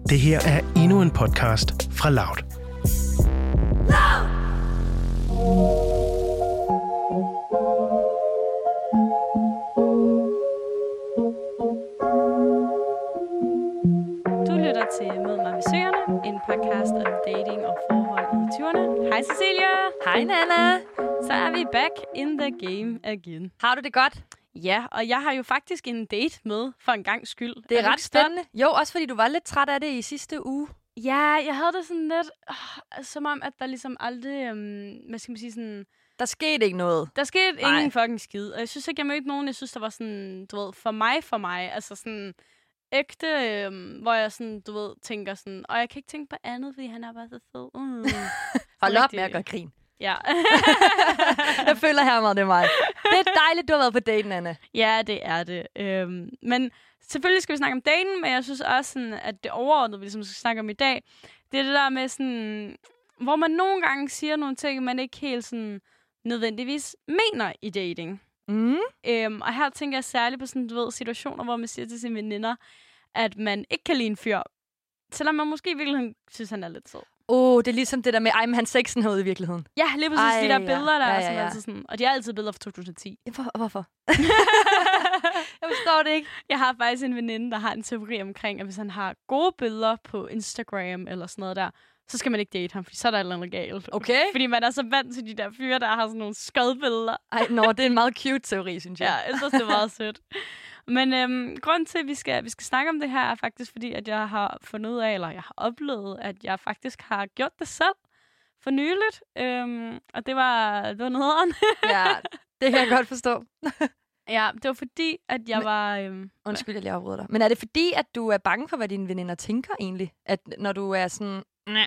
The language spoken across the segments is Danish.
Det her er endnu en podcast fra Loud. Du lytter til Mød mig med Søerne, en podcast om dating og forhold i 20'erne. Hej Cecilia. Hej Nana. Så er vi back in the game again. Har du det godt? Ja, og jeg har jo faktisk en date med for en gangs skyld. Det er ret spændende. Jo, også fordi du var lidt træt af det i sidste uge. Ja, jeg havde det sådan lidt, som om, at der ligesom aldrig, hvad skal man sige, sådan... Der skete ikke noget. Der skete ingen fucking skid, og jeg synes ikke, jeg mødte nogen, jeg synes, der var sådan, du ved, for mig, altså sådan ægte, hvor jeg sådan, du ved, tænker sådan, og jeg kan ikke tænke på andet, fordi han er bare så fed. Hold op med at gøre grin. Ja. Jeg føler her meget, det er mig. Det er dejligt, du har været på daten, Anna. Ja, det er det. Men selvfølgelig skal vi snakke om daten, men jeg synes også, sådan, at det overordnede, vi ligesom skal snakke om i dag, det er det der med sådan, hvor man nogle gange siger nogle ting, man ikke helt sådan nødvendigvis mener i dating. Og her tænker jeg særligt på sådan, du ved, situationer, hvor man siger til sine veninder, at man ikke kan lide en fyr, selvom man måske i virkeligheden synes, han er lidt sød. Det er ligesom det der med, men han sexen herude i virkeligheden. Ja, lige præcis de der billeder der. Ja. Som altså sådan, og de er altid billeder fra 2010. Hvorfor? Jeg forstår det ikke. Jeg har faktisk en veninde, der har en teori omkring, at hvis han har gode billeder på Instagram eller sådan noget der, så skal man ikke date ham, for så er der et eller andet galt. Okay. Fordi man er så vant til de der fyre, der har sådan nogle skodbilleder. Det er en meget cute teori, synes jeg. Ja, jeg synes, det er meget sødt. Men grunden til, at vi skal snakke om det her, er faktisk fordi, at jeg har fundet ud af, eller jeg har oplevet, at jeg faktisk har gjort det selv for nyligt. Og det var nederen. Ja, det kan jeg godt forstå. Ja, det var fordi, at jeg var... Undskyld, jeg lige afbryder dig. Men er det fordi, at du er bange for, hvad dine veninder tænker egentlig? At når du er sådan...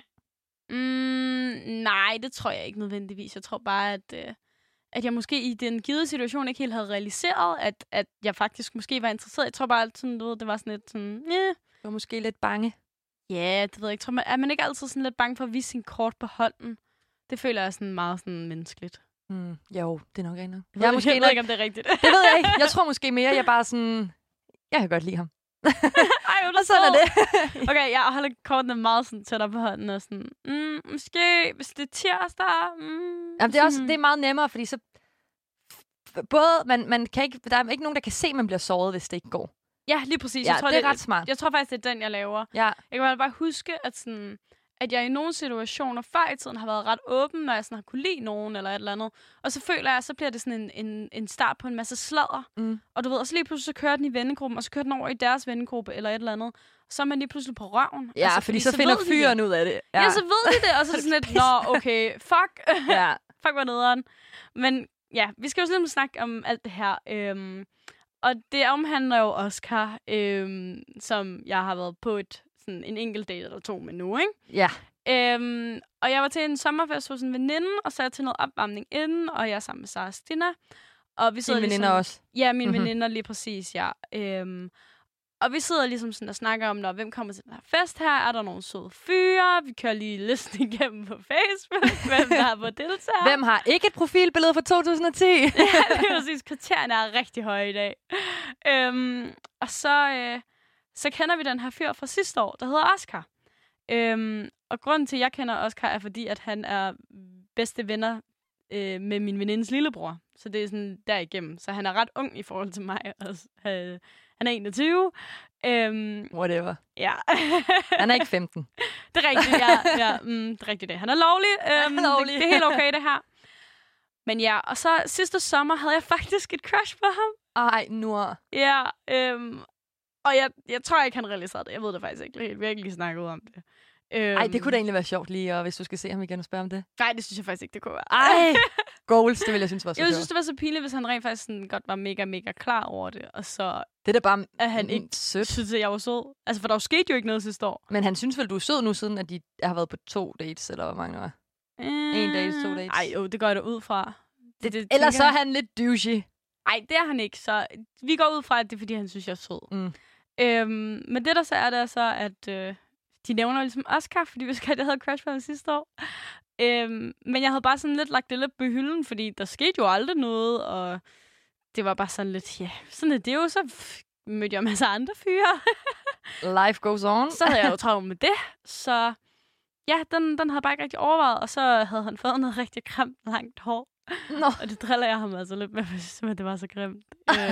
Nej, det tror jeg ikke nødvendigvis. Jeg tror bare, at jeg måske i den givet situation ikke helt havde realiseret, at jeg faktisk måske var interesseret. Jeg tror bare altid, du ved, det var sådan lidt sådan... Du var måske lidt bange. Ja, det ved jeg ikke. Er man ikke altid sådan lidt bange for at vise sin kort på hånden? Det føler jeg sådan meget sådan menneskeligt. Jo, det er nok rent. Jeg ved ikke, om det er rigtigt. Det ved jeg ikke. Jeg tror måske mere, jeg bare sådan... Jeg kan godt lide ham. Ej, og sådan er det. Okay, jeg holder kortene meget sådan tættere på hånden og sådan... måske, hvis det er tirsdag... Jamen, det er også det er meget nemmere, fordi så... Både, man kan ikke... Der er ikke nogen, der kan se, at man bliver såret, hvis det ikke går. Ja, lige præcis. Ja, jeg tror, det er ret smart. Jeg tror faktisk, det er den, jeg laver. Ja. Jeg kan bare huske, at jeg i nogle situationer før i tiden har været ret åben, når jeg sådan har kunne lide nogen eller et eller andet. Og så føler jeg, så bliver det sådan en start på en masse sladder. Og du ved, og så lige pludselig så kører den i vennegruppen, og så kører den over i deres vennegruppe eller et eller andet. Så er man lige pludselig på røven. Ja, altså, fordi så finder fyren ud af det. Ja, så ved de det, og så er det sådan lidt, nå, okay, fuck. Ja. Fuck, hvor nederen. Men ja, vi skal jo sådan snakke om alt det her. Og det omhandler jo Oscar, som jeg har været på en enkelt date eller to med nu, ikke? Ja. Og jeg var til en sommerfest hos en veninde, og så er jeg til noget opvarmning inden, og jeg er sammen med Sara og Stina. Og vi sidder Din veninder også? Ja, mine veninder lige præcis, ja. Og vi sidder ligesom sådan og snakker om, hvem kommer til den her fest her? Er der nogle søde fyre? Vi kører lige listen igennem på Facebook. Hvem der har på deltager? Hvem har ikke et profilbillede fra 2010? Ja, det er præcis. Kriterierne er rigtig høje i dag. Og så kender vi den her fyr fra sidste år, der hedder Oscar. Og grunden til, at jeg kender Oscar, er fordi, at han er bedste venner med min venindes lillebror. Så det er sådan derigennem. Så han er ret ung i forhold til mig. Han er 21. Whatever. Ja. Han er ikke 15. Det er rigtigt, ja. Det er rigtigt det. Han er lovlig. Det er helt okay, det her. Men ja, og så sidste sommer havde jeg faktisk et crush på ham. Ej, nu. Ja, og jeg tror ikke, han realiserede det. Jeg ved det faktisk ikke helt. Vi har ikke lige snakket om det. Ej, det kunne da egentlig være sjovt lige, og hvis du skal se ham igen og spørge om det. Nej, det synes jeg faktisk ikke, det kunne være. Ej, goals, det ville jeg synes var så sjovt. Jeg synes, det var så pinligt, hvis han rent faktisk sådan godt var mega, mega klar over det. Og så det er da bare at han ikke sødt. Synes, at jeg var sød. Altså, for der skete jo ikke noget sidste år. Men han synes vel, du er sød nu, siden at de har været på 2 dates, eller hvor mange der var? 1 date, 2 dates? Ej, jo, det går jeg da ud fra. Det ellers så er han lidt douchey. Nej, det er han ikke. Så vi går ud fra, at det er, fordi han synes, jeg er sød. Men det der så er, det er så, at de nævner ligesom Oscar, fordi vi skal, jeg havde crush på ham sidste år. Men jeg havde bare sådan lidt lagt det lidt på hylden, fordi der skete jo aldrig noget, og det var bare sådan lidt, ja, sådan er det jo, så mødte jeg en masse andre fyre. Life goes on. Så havde jeg jo travlt med det. Så ja, den havde jeg bare ikke rigtig overvejet. Og så havde han fået noget rigtig grimt langt hår. Nå. Og det driller jeg ham altså lidt med, for jeg synes simpelthen, det var så grimt.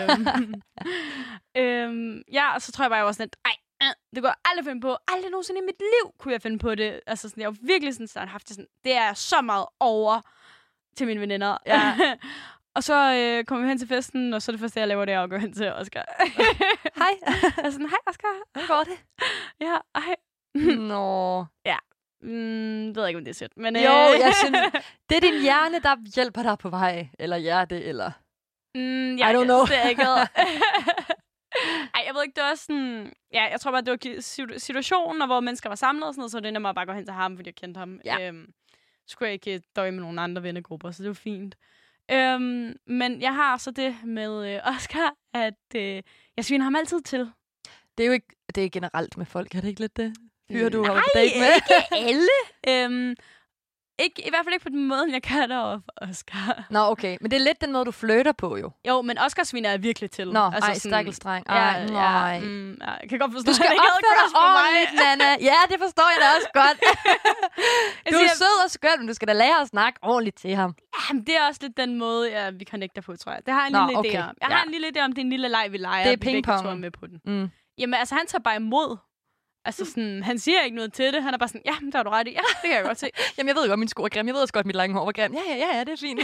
Ja, og så tror jeg bare, jeg var sådan lidt, det kunne jeg aldrig finde på. Aldrig nogensinde i mit liv kunne jeg finde på det. Altså sådan, jeg var virkelig sådan haft det sådan, det er så meget over til mine veninder. Ja. Og så kom vi hen til festen, og så det første, jeg laver, det er at gå hen til Oscar. Hej. Jeg er sådan, hej Oscar. Hvordan går det? Ja, hej. Nå. Ja. Det ved jeg ikke, om det er sødt. Men, Jo, jeg synes, det er din hjerne, der hjælper dig på vej. Eller hjerte, eller... I don't know. Det er ikke ej, jeg ved ikke, det var sådan... Ja, jeg tror bare, det var situationen, hvor mennesker var samlet og sådan noget, så det er nemmere bare at gå hen til ham, fordi jeg kendte ham. Ja. Så skulle jeg ikke døje med nogle andre vennegrupper, så det var fint. Men jeg har så det med Oscar, at jeg sviner ham altid til. Det er jo ikke... Det er generelt med folk, er det ikke lidt det? Fyre, du har Nej, date med? ikke alle. Ikke, i hvert fald ikke på den måde, jeg kan det over for Oscar. Nå, okay. Men det er lidt den måde, du flytter på, jo. Jo, men Oscar sviner jeg virkelig til. Nå, altså, stakkelstreng. Jeg kan godt forstå, du skal opføre dig ordentligt, Nana. Ja, det forstår jeg da også godt. Du er sød og skøn, men du skal da lære at snakke ordentligt til ham. Jamen, det er også lidt den måde, vi connecter på, tror jeg. Det har jeg en lille idé om. Jeg har en lille idé om, det er en lille leg, vi leger. Det er pingpong. Med på den. Jamen, altså, han tager bare imod. Altså sådan, han siger ikke noget til det. Han er bare sådan, ja, der har du ret i. Ja, det kan jeg godt se. Jamen, jeg ved godt, min sko er grim. Jeg ved også godt, mit lange hår var grim. Ja, det er fint.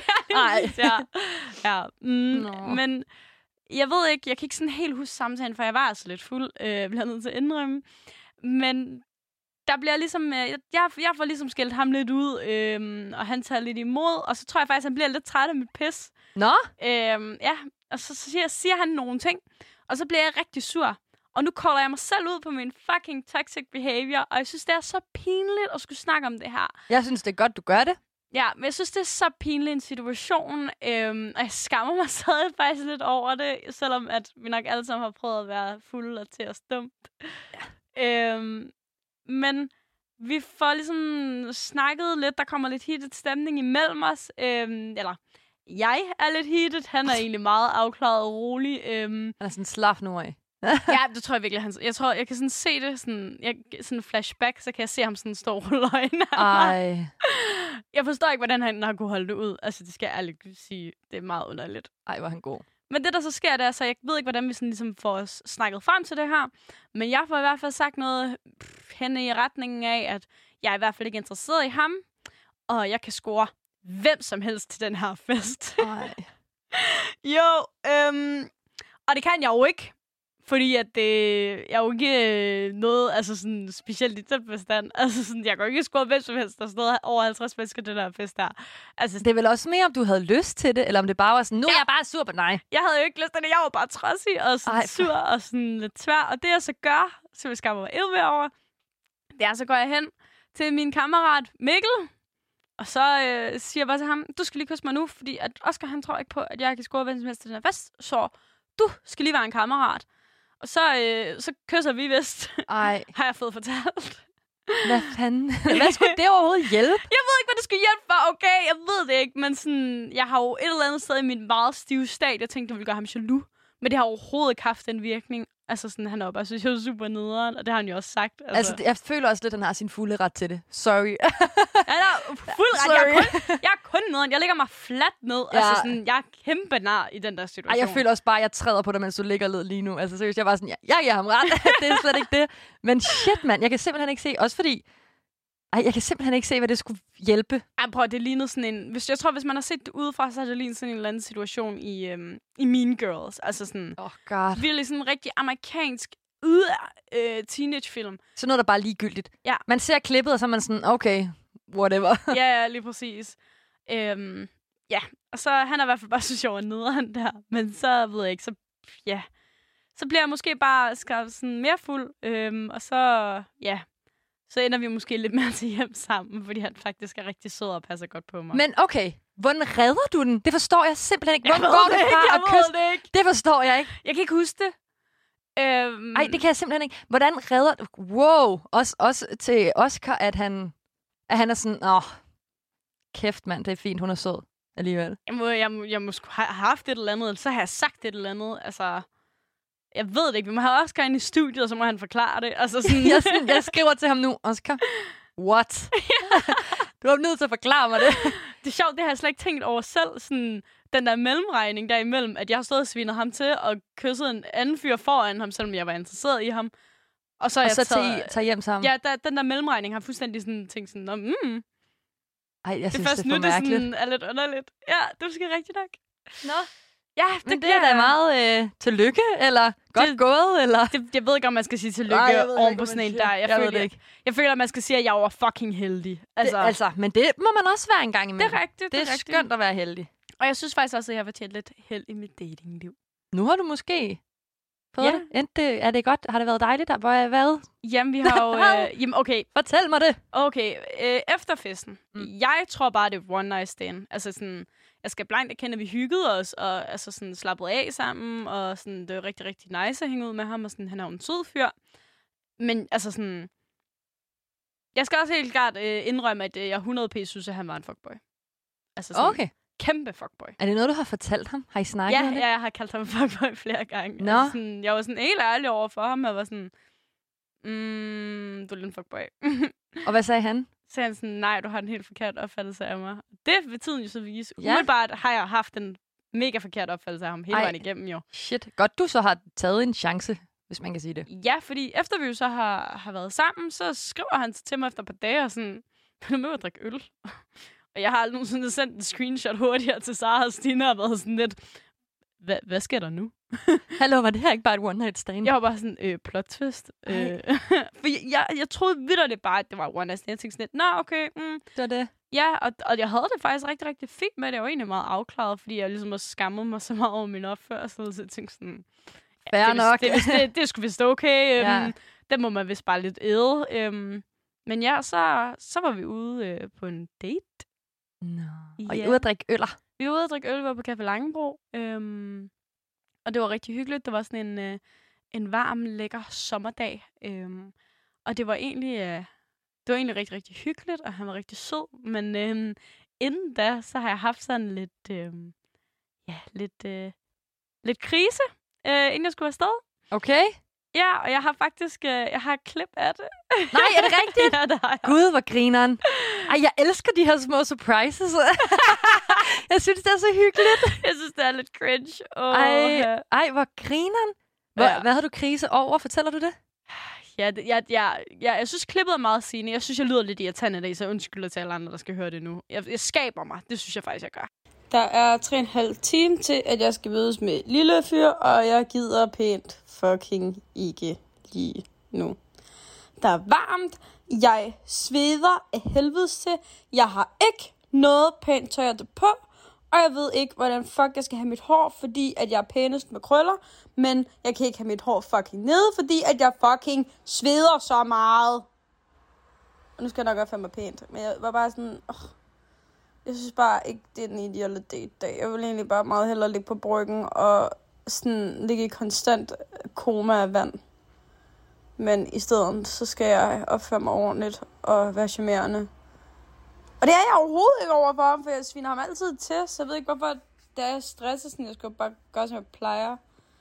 Ja. Men jeg ved ikke, jeg kan ikke sådan helt huske samtalen, for jeg var altså lidt fuld, bliver nødt til at indrømme. Men der bliver ligesom, jeg får ligesom skældt ham lidt ud, og han tager lidt imod, og så tror jeg faktisk, han bliver lidt træt af mit pis. Nå? Ja, og så siger han nogle ting, og så bliver jeg rigtig sur. Og nu kolder jeg mig selv ud på min fucking toxic behavior, og jeg synes, det er så pinligt at skulle snakke om det her. Jeg synes, det er godt, du gør det. Ja, men jeg synes, det er så pinligt en situation, og jeg skammer mig stadig faktisk lidt over det, selvom at vi nok alle sammen har prøvet at være fulde og til at stumpe. Ja. Men vi får ligesom snakket lidt, der kommer lidt heated stemning imellem os, eller... Jeg er lidt heated, han er egentlig meget afklaret og rolig. Han er sådan slap nu af. Ja, det tror jeg virkelig. Jeg tror, jeg kan sådan se det, sådan flashback, så kan jeg se ham sådan stå og rulle øjnene. Ej. Jeg forstår ikke, hvordan han har kunne holde det ud. Altså, det skal jeg ærligt sige. Det er meget underligt. Ej, var han god. Men det, der så sker, det er, så jeg ved ikke, hvordan vi sådan ligesom får os snakket frem til det her. Men jeg får i hvert fald sagt noget henne i retningen af, at jeg er i hvert fald ikke interesseret i ham. Og jeg kan score hvem som helst til den her fest. Ej. Jo, og det kan jeg jo ikke. Fordi at jeg er jo ikke noget altså sådan, specielt i den forstand. Altså sådan, jeg kan jo ikke score hvem som helst. Der stod over 50 mennesker til den her fest der. Altså, det er vel også mere, om du havde lyst til det, eller om det bare var sådan, nu er jeg bare sur på dig. Jeg havde jo ikke lyst til det. Jeg var bare trodsig og sådan sur og sådan lidt tvær. Og det jeg så gør, så vi skammer mig endnu mere over, det er, så går jeg hen til min kammerat Mikkel. Og så siger jeg bare til ham, du skal lige kysse mig nu, fordi at Oscar han tror ikke på, at jeg kan score hvem som helst til den her fest. Så du skal lige være en kammerat. Og så kysser vi vist. Ej. Har jeg fået fortalt. Hvad fanden? Hvad skulle det overhovedet hjælpe? Jeg ved ikke, hvad det skulle hjælpe for. Okay, jeg ved det ikke. Men sådan, jeg har jo et eller andet sted i mit meget stive stadie, jeg tænkte, jeg ville gøre ham jaloux. Men det har overhovedet ikke haft den virkning. Altså sådan, han er jo bare synes, jeg er super nederen, og det har han jo også sagt. Altså, jeg føler også lidt, at han har sin fulde ret til det. Sorry. Han har fuld ret. Jeg er kun nederen. Jeg lægger mig fladt ned. Ja. Altså sådan, jeg er kæmpe nar i den der situation. Ej, jeg føler også bare, at jeg træder på dig, mens du ligger lidt lige nu. Altså seriøst, jeg var sådan, jeg giver ham ret. Det er slet ikke det. Men shit, mand, jeg kan simpelthen ikke se. Også fordi, jeg kan simpelthen ikke se, hvad det skulle hjælpe. Ej, prøv, det lignede sådan en... Jeg tror, hvis man har set det udefra, så har det lignet sådan en eller anden situation i Mean Girls. Altså sådan... God. Virkelig sådan en rigtig amerikansk teenagefilm. Så noget, der bare er ligegyldigt. Ja. Man ser klippet, og så er man sådan, okay, whatever. Ja, lige præcis. Ja, og så han er i hvert fald bare så sjov og nederen der. Men så ved jeg ikke, så bliver jeg måske bare sådan mere fuld. Og så ender vi måske lidt mere til hjem sammen, fordi han faktisk er rigtig sød og passer godt på mig. Men okay, hvordan redder du den? Det forstår jeg simpelthen ikke. Hvordan går du fra at kysse? Det ikke. Det forstår jeg ikke. Jeg kan ikke huske det. Ej, det kan jeg simpelthen ikke. Hvordan redder du? Wow, også til Oscar, at han er sådan, kæft mand, det er fint, hun er sød alligevel. Jeg må have haft et eller andet, eller så har jeg sagt et eller andet. Altså, Jeg ved det ikke. Vi må have Oscar ind i studiet, og så må han forklare det. Altså sådan... jeg skriver til ham nu, Oscar. What? Du er nødt til at forklare mig det. Det er sjovt, det har jeg slet ikke tænkt over selv. Sådan, den der mellemregning derimellem, at jeg har stået og svinet ham til og kysset en anden fyr foran ham, selvom jeg var interesseret i ham. Og så tager hjem sammen. Ja, den der mellemregning har fuldstændig sådan tænkt sådan, Ej, jeg synes, det er først det er nu, for mærkeligt. det sådan er lidt underligt. Ja, det er måske rigtigt nok. Nå. Ja, Men det er da meget tillykke, eller godt gået, eller... Jeg ved ikke, om man skal sige tillykke oven på sådan en der. Jeg føler, at man skal sige, at jeg var fucking heldig. Altså, men det må man også være en gang imellem. Det er rigtigt. Det er skønt at være heldig. Og jeg synes faktisk også, at jeg har fortjent lidt held i mit datingliv. Nu har du måske fået det. Er det godt? Har det været dejligt? Hvad? Jamen, vi har jo... okay. Fortæl mig det. Okay, efter festen. Jeg tror bare, det er one night stand. Altså sådan... Jeg skal blankt erkende, at vi hyggede os, og altså sådan slappede af sammen, og sådan, det var rigtig, rigtig nice at hænge ud med ham, og sådan, han er jo en sød fyr. Men altså sådan... Jeg skal også helt klart indrømme, at jeg 100p synes, at han var en fuckboy. Altså sådan, okay. Kæmpe fuckboy. Er det noget, du har fortalt ham? Har I snakket om det? Ja, jeg har kaldt ham fuckboy flere gange. Nå. Altså sådan, jeg var sådan helt ærlig over for ham, og var sådan... du er lidt en fuckboy. Og hvad sagde han? Så sagde han sådan, nej, du har en helt forkert opfattelse af mig. Det vil tiden jo så vise. Ja. Umiddelbart har jeg haft en mega forkert opfattelse af ham hele vejen igennem jo. Shit, godt du så har taget en chance, hvis man kan sige det. Ja, fordi efter vi jo så har været sammen, så skriver han til mig efter et par dage og sådan, vil du med at drikke øl? Og jeg har aldrig nogensinde sendt en screenshot hurtigere til Sara og Stine og været sådan lidt, hvad sker der nu? Hallo, var det her ikke bare et one night stand? Jeg var bare sådan, plot twist. For jeg troede vitterligt bare, at det var one night stand. Jeg tænkte sådan lidt, nå okay. Det var det. Ja, og jeg havde det faktisk rigtig, rigtig fint med det. Jeg var egentlig meget afklaret, fordi jeg ligesom også skammede mig så meget over min opførsel. Så jeg tænkte sådan, fair nok. Det skulle vist okay. Den må man vist bare lidt æde. Men ja, så var vi ude på en date. Nå. Og I ude at drikke øller? Vi var ude at drikke øl, vi var på Café Langebro. Og det var rigtig hyggeligt. Det var sådan en varm, lækker sommerdag. Og det var egentlig rigtig, rigtig hyggeligt, og han var rigtig sød. Men inden da, så har jeg haft sådan lidt krise, inden jeg skulle afsted. Okay. Ja, og jeg har faktisk jeg har et klip af det. Nej, er det rigtigt? Ja, det har jeg. Gud, hvor grineren. Ej, jeg elsker de her små surprises. Jeg synes, det er så hyggeligt. Jeg synes, det er lidt cringe. Ej, hvor grineren. Hvad havde du krise over? Fortæller du det? Jeg synes, klippet er meget sigende. Jeg synes, jeg lyder lidt irriterende i dag, så undskylder til alle andre, der skal høre det nu. Jeg skaber mig. Det synes jeg faktisk, jeg gør. Der er 3,5 timer til, at jeg skal mødes med lille fyr, og jeg gider pænt fucking ikke lige nu. Der er varmt. Jeg sveder af helvede til. Jeg har ikke noget pænt tøj på. Og jeg ved ikke, hvordan fuck jeg skal have mit hår, fordi at jeg er pænest med krøller. Men jeg kan ikke have mit hår fucking nede, fordi at jeg fucking sveder så meget. Og nu skal jeg nok opføre mig pænt. Men jeg var bare sådan... Jeg synes bare ikke, det er den ideelle date-dag. Jeg vil egentlig bare meget hellere ligge på bryggen og sådan ligge i konstant koma af vand. Men i stedet, så skal jeg opføre mig ordentligt og være charmerende. Og det er jeg overhovedet ikke overfor ham, for jeg sviner ham altid til, så jeg ved ikke, hvorfor det er stresset sådan. Jeg skal bare gøre, som jeg plejer.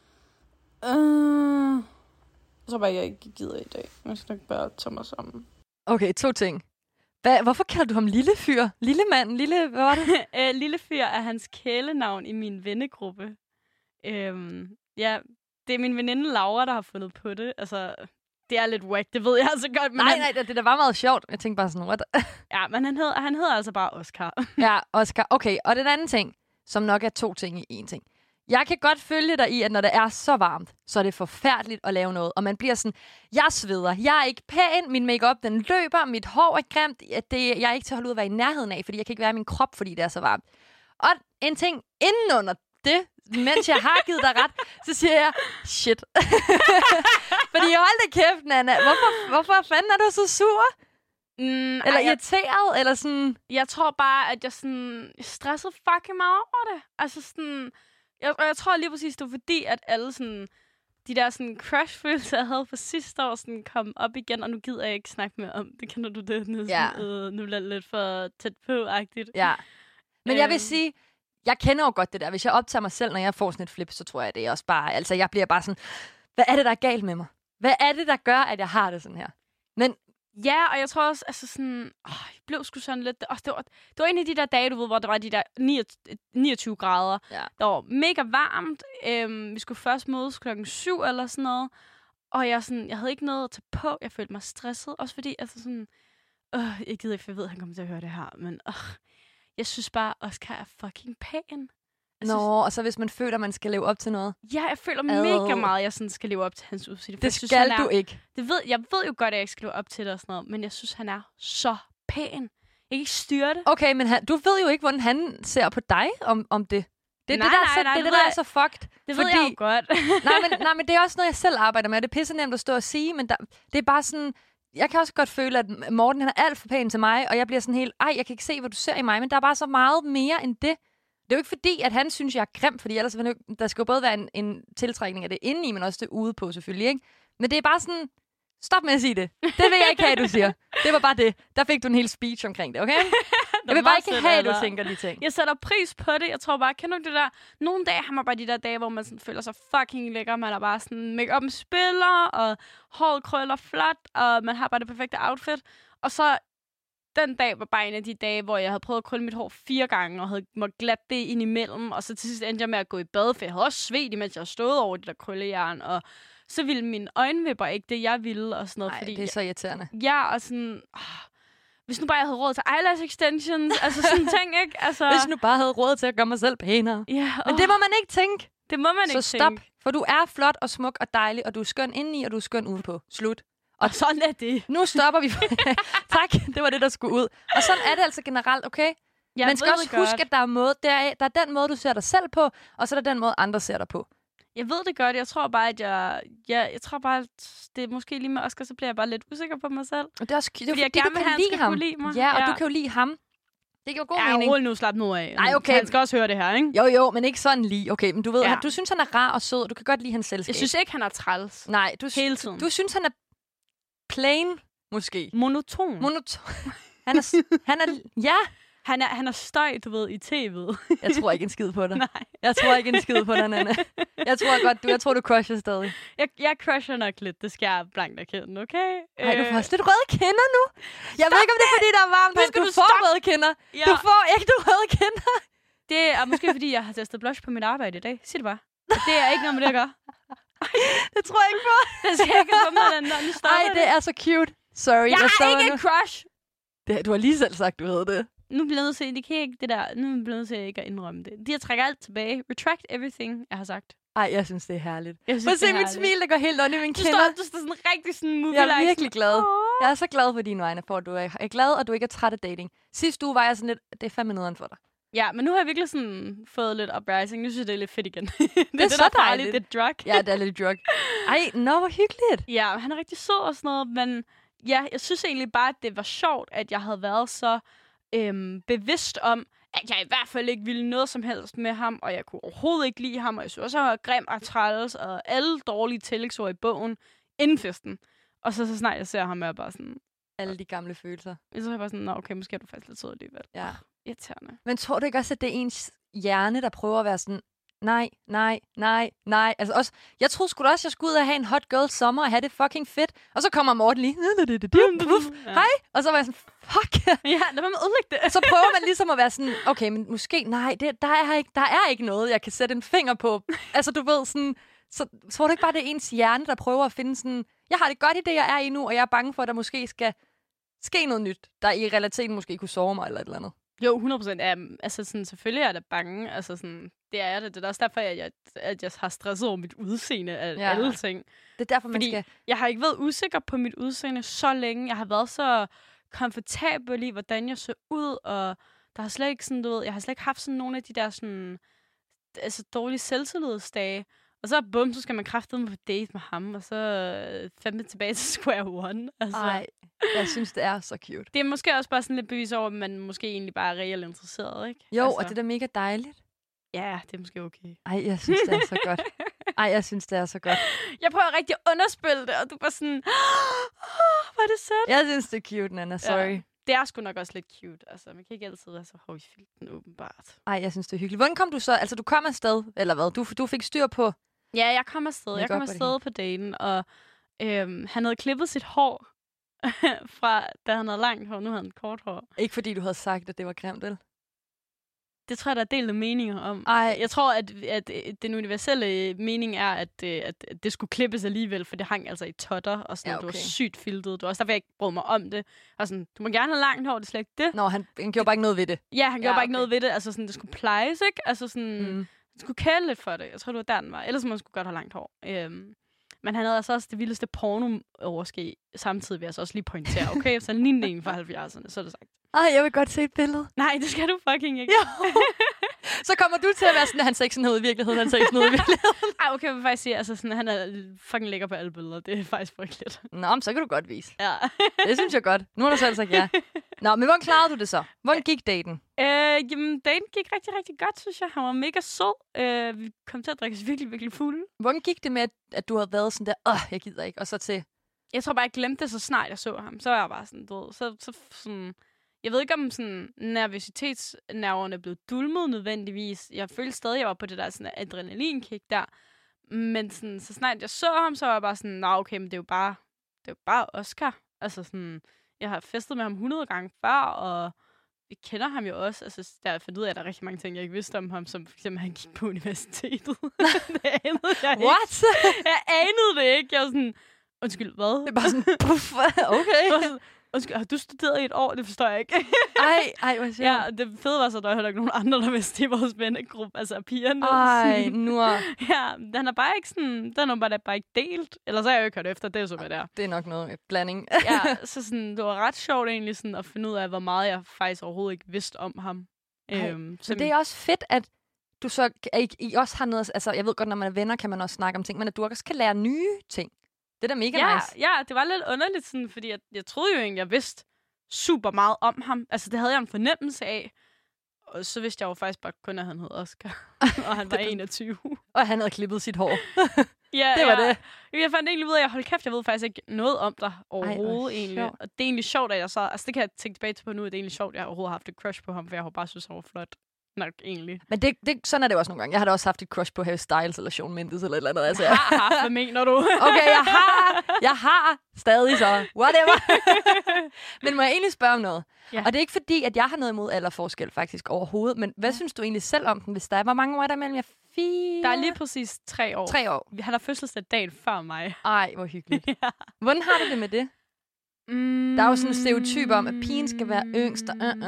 Jeg tror bare, jeg ikke gider i dag. Jeg skal nok bare tage mig sammen. Okay, 2 ting. Hvorfor kalder du ham lille fyr? Lille mand? Hvad var det? Lille fyr er hans kælenavn i min vennegruppe. Ja, det er min veninde Laura, der har fundet på det. Altså, det er lidt wack, det ved jeg altså godt. Men nej, det der var meget sjovt. Jeg tænkte bare sådan, what? Ja, men han hedder altså bare Oscar. Ja, Oscar. Okay, og den anden ting, som nok er 2 ting i 1 ting. Jeg kan godt følge dig i, at når det er så varmt, så er det forfærdeligt at lave noget. Og man bliver sådan, jeg sveder, jeg er ikke pæn, min makeup den løber, mit hår er grimt, jeg er ikke til at holde ud at være i nærheden af, fordi jeg kan ikke være i min krop, fordi det er så varmt. Og en ting inden under det, mens jeg har givet dig ret, så siger jeg, shit. Fordi hold da kæft, Nana. Hvorfor fanden er du så sur? Eller irriteret, eller sådan... Jeg tror bare, at jeg stressede fucking meget over det. Altså sådan... Jeg tror lige præcis, det var fordi, at alle sådan... De der sådan crush-følelser, jeg havde for sidste år, sådan kom op igen, og nu gider jeg ikke snakke mere om det. Kender du det? Nu, nu bliver det lidt for tæt på-agtigt. Ja. Men jeg vil sige... Jeg kender jo godt det der. Hvis jeg optager mig selv, når jeg får sådan et flip, så tror jeg, det er også bare... Altså, jeg bliver bare sådan... Hvad er det, der er galt med mig? Hvad er det, der gør, at jeg har det sådan her? Men ja, og jeg tror også, altså sådan, jeg blev sgu sådan lidt, det var en af de der dage, du ved, hvor der var de der 29 grader. Ja. Der var mega varmt. Vi skulle først mødes 7 eller sådan noget. Og jeg havde ikke noget at tage på. Jeg følte mig stresset. Også fordi, altså sådan, jeg gider ikke, for jeg ved, at han kommer til at høre det her. Men jeg synes bare, Oscar er fucking pæn. og så hvis man føler, at man skal leve op til noget. Ja, jeg føler mega meget, at jeg sådan skal leve op til hans udseende. Det skal du ikke. Jeg ved jo godt, at jeg ikke skal leve op til det og sådan noget. Men jeg synes, han er så pæn. Jeg kan ikke styre det. Okay, men du ved jo ikke, hvordan han ser på dig om det. Det er Nej, det, der er så fucked. Det ved jeg jo godt. nej, men det er også noget, jeg selv arbejder med. Det er pisse nemt at stå og sige, men det er bare sådan... Jeg kan også godt føle, at Morten han er alt for pæn til mig, og jeg bliver sådan helt... jeg kan ikke se, hvad du ser i mig, men der er bare så meget mere end det. Det er jo ikke fordi, at han synes, jeg er grim, fordi ellers der skal jo både være en tiltrækning af det indeni, men også det ude på selvfølgelig, ikke? Men det er bare sådan... Stop med at sige det. Det vil jeg ikke have, du siger. Det var bare det. Der fik du en hel speech omkring det, okay? Jeg vil bare ikke have, at du tænker de ting. Jeg sætter pris på det. Jeg tror bare, kender du det der? Nogle dage har man bare de der dage, hvor man sådan føler sig fucking lækker. Man er bare sådan make-up'en spiller, og håret krøller flot, og man har bare det perfekte outfit. Og så den dag var bare en af de dage, hvor jeg havde prøvet at krølle mit hår 4 gange, og havde måttet glatte det ind imellem. Og så til sidst endte jeg med at gå i bad, for jeg havde også svedt, imens jeg stod over det der krøllejern, og så ville mine øjenvipper ikke det, jeg ville, og sådan noget. Nej, fordi det er så irriterende. Ja, og sådan... hvis nu bare jeg havde råd til eyelash extensions, altså sådan ting, ikke? Altså... Hvis nu bare havde råd til at gøre mig selv pænere. Ja, Men det må man ikke tænke. Det må man ikke tænke. Så stop, for du er flot og smuk og dejlig, og du er skøn indeni, og du er skøn udenpå. Slut. Og sådan er det. Nu stopper vi. Tak, det var det, der skulle ud. Og sådan er det altså generelt, okay? Man skal også huske, at der er den måde, du ser dig selv på, og så er der den måde, andre ser dig på. Jeg ved det godt. Jeg tror bare, at jeg tror bare, at det er måske lige med Oscar, så bliver jeg bare lidt usikker på mig selv. Og det er også fordi jeg gerne vil have, han skal kunne lide mig. Ja, og du kan jo lide ham. Det giver god mening. Ja, nu slap nu af. Nej, okay. Han skal også høre det her, ikke? Jo, men ikke sådan lige. Okay, men du ved, du synes, han er rar og sød, og du kan godt lide hans selskab. Jeg synes ikke, han er træls. Nej, hele tiden. Du synes, han er plain, måske. Monoton. Han er ja. Han er støj, du ved, i tv'et. Jeg tror ikke en skid på dig. Nej. Jeg tror ikke en skid på dig, Nanna. Jeg tror, du crusher stadig. Jeg crusher nok lidt. Det skal jeg blankt erkende, okay? Nej, du får også lidt røde kinder nu. Jeg ved ikke, om det er, fordi der er varmt, men du får røde kinder. Ja. Du får ikke røde kinder. Det er måske, fordi jeg har testet blush på mit arbejde i dag. Sig det bare. Det er ikke noget med det at gøre. Det tror jeg ikke på. Det skal jeg ikke få med den. Nej, det er så cute. Sorry. Jeg har ikke en crush. Du har lige selv sagt, du havde det. Nu bliver jeg nødt til, nu bliver jeg nødt til ikke at indrømme det. Jeg trækker alt tilbage. Retract everything, jeg har sagt. Ej, jeg synes, det er herligt. Prøv at se mit smil, der går helt under i min kinder. Du står sådan rigtig sådan movie. Jeg er virkelig glad. Jeg er så glad for dine vegne, for at du er glad, og du ikke er træt af dating. Sidste uge var jeg sådan lidt, det er fandme nederen for dig. Ja, men nu har jeg virkelig sådan fået lidt uprising. Nu synes jeg, det er lidt fedt igen. det er så dejligt. Det er drug. Ja, det er lidt drug. Ej, hvor hyggeligt. Ja, han er rigtig sød og sådan noget, men ja, jeg synes egentlig bare, at det var sjovt, at jeg havde været så bevidst om, at jeg i hvert fald ikke ville noget som helst med ham, og jeg kunne overhovedet ikke lide ham, og jeg synes også, han var grim og træls, og alle dårlige tillægsord i bogen inden festen. Og så snart jeg ser ham, er jeg bare sådan... Alle de gamle følelser. Så er jeg bare sådan, okay, måske er du faktisk lidt sød alligevel. Ja. Irriterende. Men tror du ikke også, at det er ens hjerne, der prøver at være sådan, nej. Altså også, jeg troede sgu da også, jeg skulle ud og have en hot girl sommer og have det fucking fedt. Og så kommer Morten lige, hej. Og så var jeg sådan, fuck. Ja, lad mig udlægge det. Så prøver man ligesom at være sådan, okay, men måske, nej, der er ikke noget, jeg kan sætte en finger på. Altså du ved sådan, så tror du ikke bare, det er ens hjerne, der prøver at finde sådan, jeg har det godt i det, jeg er i nu, og jeg er bange for, at der måske skal ske noget nyt, der i realiteten måske kunne sove mig eller et eller andet. Jo, 100%. Altså, sådan, selvfølgelig er jeg da bange. Altså, sådan, det er det. Det er også derfor, at jeg har stresset over mit udseende af alle ting. Det er derfor, man skal... jeg har ikke været usikker på mit udseende så længe. Jeg har været så komfortabel i, hvordan jeg så ud, og der har slet ikke sådan, du ved, jeg har slet ikke haft sådan nogle af de der sådan, altså, dårlige selvtillidsdage. Og så bum, så skal man kraftedeme på date med ham, og så fandme tilbage til square one. Altså. Ej, jeg synes, det er så cute. Det er måske også bare sådan lidt bevis over, at man måske egentlig bare er reelt interesseret, ikke? Jo, altså. Og det er da mega dejligt. Ja, det er måske okay. Ej, jeg synes, det er så godt. Jeg prøver rigtig at underspille det, og du bare sådan, hvor er det sødt. Jeg synes, det er cute, Nanna. Sorry. Ja. Det er sgu nok også lidt cute. Altså, man kan ikke altid være så hård i filten, åbenbart. Ej, jeg synes, det er hyggeligt. Hvordan kom du så? Altså, du kom afsted, eller hvad? Du fik styr på Ja, jeg kom afsted. Jeg kom afsted på daten, og han havde klippet sit hår fra, da han havde langt hår. Nu havde han kort hår. Ikke fordi du havde sagt, at det var grimt, vel? Det tror jeg, der er delte meninger om. Ej. Jeg tror, at den universelle mening er, at det skulle klippes alligevel, for det hang altså i totter, og sådan, Ja, okay. Det var sygt filtet. Det var også derfor, jeg ikke brød mig om det. Og sådan, du må gerne have langt hår, det er slet ikke det. Nå, han gjorde bare ikke noget ved det. Ja, han gjorde bare ikke okay. noget ved det. Altså, sådan, det skulle plejes, ikke? Altså, sådan, det skulle kæle lidt for det. Jeg tror, det var der, den var. Ellers må man skulle godt have langt hår. Men han havde altså også det vildeste porno-overske samtidig, vil jeg så også lige pointere. Okay, så han lignede en fra 70'erne, så er det sagt. Ej, jeg vil godt se et billede. Nej, det skal du fucking ikke. Jo. Så kommer du til at være sådan, at han ser ikke sådan ud i virkeligheden. Han ser ikke sådan ud i virkeligheden. Ej, okay, jeg vil faktisk sige, altså sådan, han er fucking lækker på alle billeder. Det er faktisk frygteligt. Nå, men så kan du godt vise. Ja. Det synes jeg godt. Nu har du selv sagt ja. Nå, men hvordan klarede du det så? Hvordan gik daten? Jamen, daten gik rigtig, rigtig godt, synes jeg. Han var mega sød. Vi kom til at drikke os virkelig, virkelig fulde. Hvordan gik det med, at du havde været sådan der, jeg gider ikke, og så til... Jeg tror bare, jeg glemte det, så snart jeg så ham. Så var jeg bare sådan, du ved, så sådan... Jeg ved ikke, om sådan, nervøsitetsnerverne blev dulmet nødvendigvis. Jeg følte stadig, jeg var på det der sådan, adrenalinkick der. Men sådan, så snart jeg så ham, så var jeg bare sådan, nå okay, men det er jo bare Oscar. Altså sådan, jeg har festet med ham 100 gange før, og vi kender ham jo også. Altså, der fandt ud af, at der er rigtig mange ting, jeg ikke vidste om ham, som for eksempel, han gik på universitetet. Det anede jeg ikke. What? Jeg anede det ikke. Jeg var sådan, undskyld, hvad? Det er bare sådan, puff, okay. Undskyld, har du studeret i et år? Det forstår jeg ikke. Ej, hvor sjovt. Ja, det fede var så, at der var heller ikke nogen andre, der vidste i vores vennegruppe. Altså pigerne. Ej, nu er... Ja, den er bare ikke sådan... Den er bare ikke delt. Eller så har jeg jo ikke hørt efter, det er så, hvad det er. Det er nok noget blanding. Ja, så sådan, det var ret sjovt egentlig sådan, at finde ud af, hvor meget jeg faktisk overhovedet ikke vidste om ham. Men det er også fedt, at du så... I også har noget... Altså, jeg ved godt, når man er venner, kan man også snakke om ting, men at du også kan lære nye ting. Det er da mega nice. Ja, det var lidt underligt, sådan, fordi jeg troede jo egentlig, jeg vidste super meget om ham. Altså, det havde jeg en fornemmelse af. Og så vidste jeg jo faktisk bare kun, at han hed Oscar. Og han var 21. Og han havde klippet sit hår. Ja, det var det. Jeg fandt egentlig ud af, at hold kæft, jeg ved faktisk ikke noget om dig overhovedet egentlig. Sjovt. Og det er egentlig sjovt, at jeg så... Altså, det kan jeg tænke tilbage på nu, at det er egentlig sjovt, at jeg overhovedet har haft et crush på ham, for jeg har bare synes, han var flot. Nok egentlig. Men sådan er det også nogle gange. Jeg har da også haft et crush på Harry Styles eller Shawn Mendes eller et eller andet. Altså, Jeg har haft, hvad mener du? Okay, jeg har stadig så. Whatever. Men må jeg egentlig spørge om noget? Ja. Og det er ikke fordi, at jeg har noget imod alderforskel faktisk overhovedet. Men hvad synes du egentlig selv om den, hvis der er? Hvor mange år er der mellem jer? 4? Der er lige præcis 3 år. 3 år. Han har fødselsdag dagen før mig. Ej, hvor hyggeligt. Ja. Hvordan har du det med det? Der er jo sådan en stereotyp om, at pigen skal være yngst.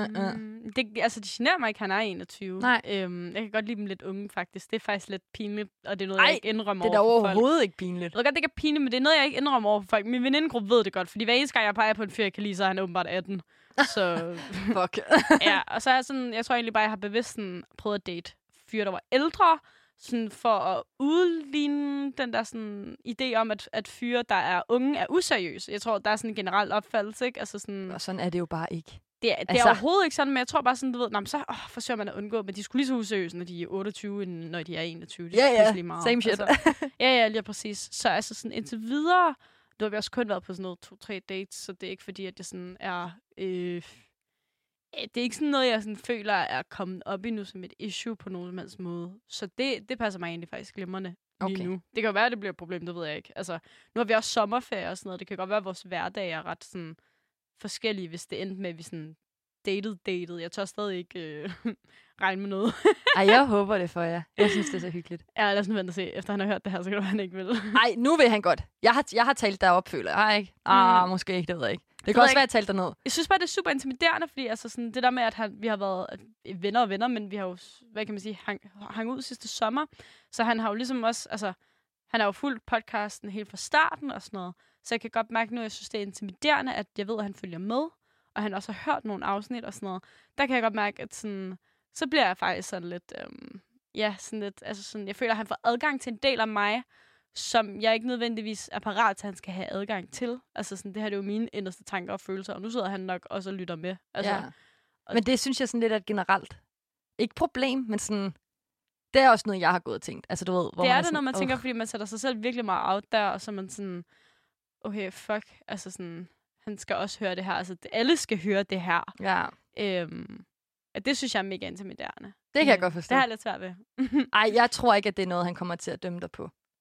Det generer mig ikke, han er 21. Nej. Jeg kan godt lide dem lidt unge, faktisk. Det er faktisk lidt pinligt, og det er noget, jeg ikke indrømmer det er da over for folk. overhovedet ikke pinligt. Jeg ved godt, det ikke er pinligt, men det er noget, jeg ikke indrømmer over for folk. Min venindegruppe ved det godt, fordi hver eneste gang, jeg peger på en fyr, jeg kan lide, så er han åbenbart 18. Så Fuck. ja, og så er jeg sådan, jeg tror egentlig bare, jeg har bevidst sådan, prøvet at date fyre, der var ældre, sådan for at udligne den der sådan idé om, at fyre, der er unge, er useriøse. Jeg tror, der er sådan en generel opfattelse, ikke? Altså sådan... Og sådan er det jo bare ikke. Det er overhovedet ikke sådan, men jeg tror bare sådan, du ved, så forsøger man at undgå, men de skulle lige så useriøse, når de er 28, end når de er 21. Det er lige meget. Same shit. Altså, ja, lige præcis. Så altså sådan indtil videre, du har vi også kun været på sådan noget 2-3 dates, så det er ikke fordi, at jeg sådan er... det er ikke sådan noget, jeg sådan føler er kommet op endnu som et issue på nogen som helst måde. Så det passer mig egentlig faktisk glimrende lige nu. Det kan jo være, at det bliver et problem, det ved jeg ikke. Altså, nu har vi også sommerferie og sådan noget. Det kan godt være, at vores hverdag er ret sådan forskellige, hvis det endte med, at vi sådan dated. Jeg tør stadig ikke regne med noget. Ej, jeg håber det for jer. Jeg synes, det er så hyggeligt. Ja, lad os nu vente og se. Efter han har hørt det her, så kan det være, han ikke vil. Ej, nu vil han godt. Jeg har talt dig op, føler jeg, ikke? Måske ikke, det ved jeg ikke. Det kan også være, at jeg talte dig ned. Jeg synes bare, det er super intimiderende, fordi altså sådan, det der med, at vi har været venner, men vi har jo, hvad kan man sige, hang ud sidste sommer. Så han har jo ligesom også, altså, han har jo fulgt podcasten helt fra starten og sådan noget. Så jeg kan godt mærke nu, at jeg synes, det er intimiderende, at jeg ved, at han følger med. Og han også har hørt nogle afsnit og sådan noget. Der kan jeg godt mærke, at sådan, så bliver jeg faktisk sådan lidt, sådan lidt, altså sådan, jeg føler, at han får adgang til en del af mig, som jeg ikke nødvendigvis er parat til, at han skal have adgang til. Altså sådan, det her det er jo mine inderste tanker og følelser, og nu sidder han nok også og lytter med. Altså, ja. Men det synes jeg sådan lidt er et generelt, ikke problem, men sådan, det er også noget, jeg har gået og tænkt. Altså, du ved, hvor det man er det, sådan, når man tænker, fordi man sætter sig selv virkelig meget out der, og så er man sådan, okay, fuck, altså sådan, han skal også høre det her. Altså, alle skal høre det her. Ja. Det synes jeg er mega intimiderende. Det kan jeg godt forstå. Det har jeg lidt svært ved. Ej, jeg tror ikke, at det er noget, han kommer til at dømme dig på.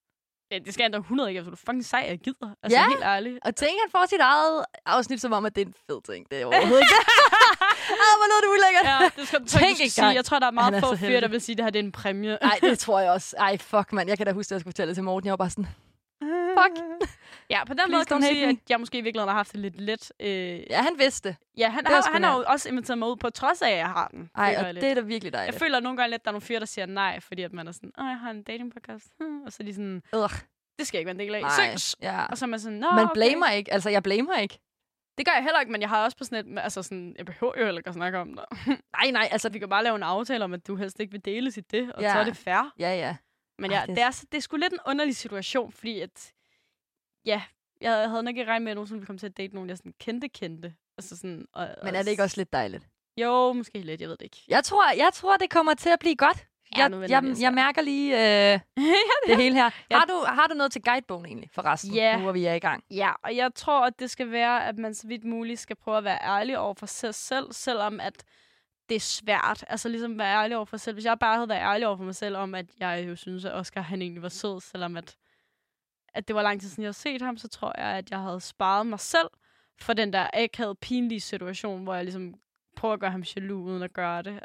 Ja, det skal jeg da 100 ikke. Altså, du er fucking sej, jeg gider. Altså, helt ærligt. Og tænk, han får sit eget afsnit, som om, at det er en fed ting. Det er overhovedet ikke. Hvor lød det ulækkert. Ja, det skal du sige. Jeg tror, der er meget få fyre, der vil sige, at det her det er en præmie. Nej, det tror jeg også. Ej, fuck, mand. Jeg kan da huske, at jeg skulle fortælle det til Morten. Jeg var bare sådan, fuck. Ja, på den måde kan man sige, at jeg måske i virkeligheden har haft det lidt let. Ja, han vidste. Ja, han har jo også inviteret mig ud, på trods af, at jeg har den. Ej, og det er da virkelig dejligt. Jeg føler nogle gange lidt, at der er nogle fyre, der siger nej, fordi at man er sådan, jeg har en datingpodcast. Og så er de sådan, det skal jeg ikke være en del af. Ja. Og så er man sådan, man blamer ikke. Altså, jeg blamer ikke. Det gør jeg heller ikke, men jeg har også på sådan et, altså sådan, jeg behøver jo heller ikke at snakke om det. Nej, altså, vi kan bare lave en aftale om, at du helst ikke vil deles i det, og så er det fair. Ja. Men ja, det er sgu lidt en underlig situation, fordi at, ja, jeg havde nok ikke regnet med, at nogen ville komme til at date nogen, jeg sådan kendte. Altså sådan, men er det ikke også lidt dejligt? Jo, måske lidt, jeg ved det ikke. Jeg tror, det kommer til at blive godt. Jeg mærker lige det hele her. Har du noget til guidebogen egentlig, forresten, nu hvor vi er i gang? Ja, og jeg tror, at det skal være, at man så vidt muligt skal prøve at være ærlig over for sig selv, selvom at det er svært. Altså ligesom være ærlig over for sig selv. Hvis jeg bare havde været ærlig over for mig selv om, at jeg jo synes, at Oscar han egentlig var sød, selvom at det var lang tid siden, jeg havde set ham, så tror jeg, at jeg havde sparet mig selv for den der akavede, pinlige situation, hvor jeg ligesom prøver at gøre ham jaloux, uden at gøre det.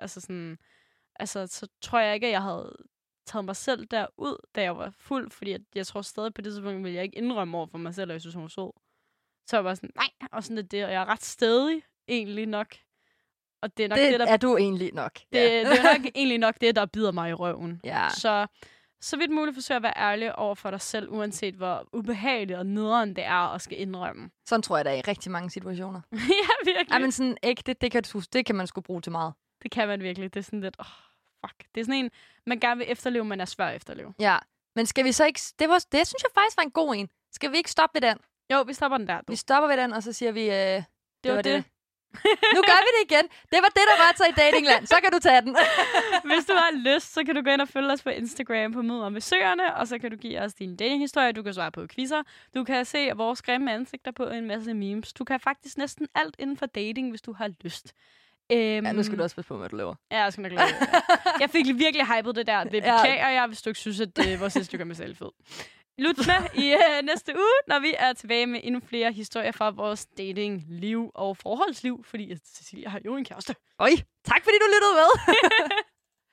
Altså, så tror jeg ikke, at jeg havde taget mig selv derud, da jeg var fuld, fordi jeg tror stadig på det tidspunkt, ville jeg ikke indrømme over for mig selv, at jeg synes, hun var sød. Så jeg var sådan, nej, og sådan det, og jeg er ret stædig, egentlig nok. Og det er nok det der... er du egentlig nok. Det er nok egentlig nok det, der bider mig i røven. Ja. Så vidt muligt forsøg at være ærlig over for dig selv, uanset hvor ubehageligt og nederen det er at skal indrømme. Sådan tror jeg, der er i rigtig mange situationer. Ja, virkelig. Ej, men sådan ægte, det kan man sgu bruge til meget. Det kan man virkelig. Det er sådan lidt, fuck. Det er sådan en, man gerne vil efterleve, men er svær at efterleve. Ja, men skal vi så ikke... Det synes jeg faktisk var en god en. Skal vi ikke stoppe ved den? Jo, vi stopper den der. Vi stopper ved den, og så siger vi... det var det. Nu gør vi det igen. Det var det, der var til i datingland. Så kan du tage den. Hvis du har lyst, så kan du gå ind og følge os på Instagram på Møder med Søerne, og så kan du give os din datinghistorie. Du kan svare på quizzer. Du kan se vores grimme ansigter på en masse memes. Du kan faktisk næsten alt inden for dating, hvis du har lyst. Nu skal du også passe på, hvad du laver. Ja, jeg skal nok lave det. Jeg fik virkelig hypet det der. Det beklager jeg, hvis du ikke synes, at vores Instagram er selv fed. Lyt med i næste uge, når vi er tilbage med endnu flere historier fra vores dating-liv og forholdsliv, fordi Cecilia har jo en kæreste. Tak fordi du lyttede med.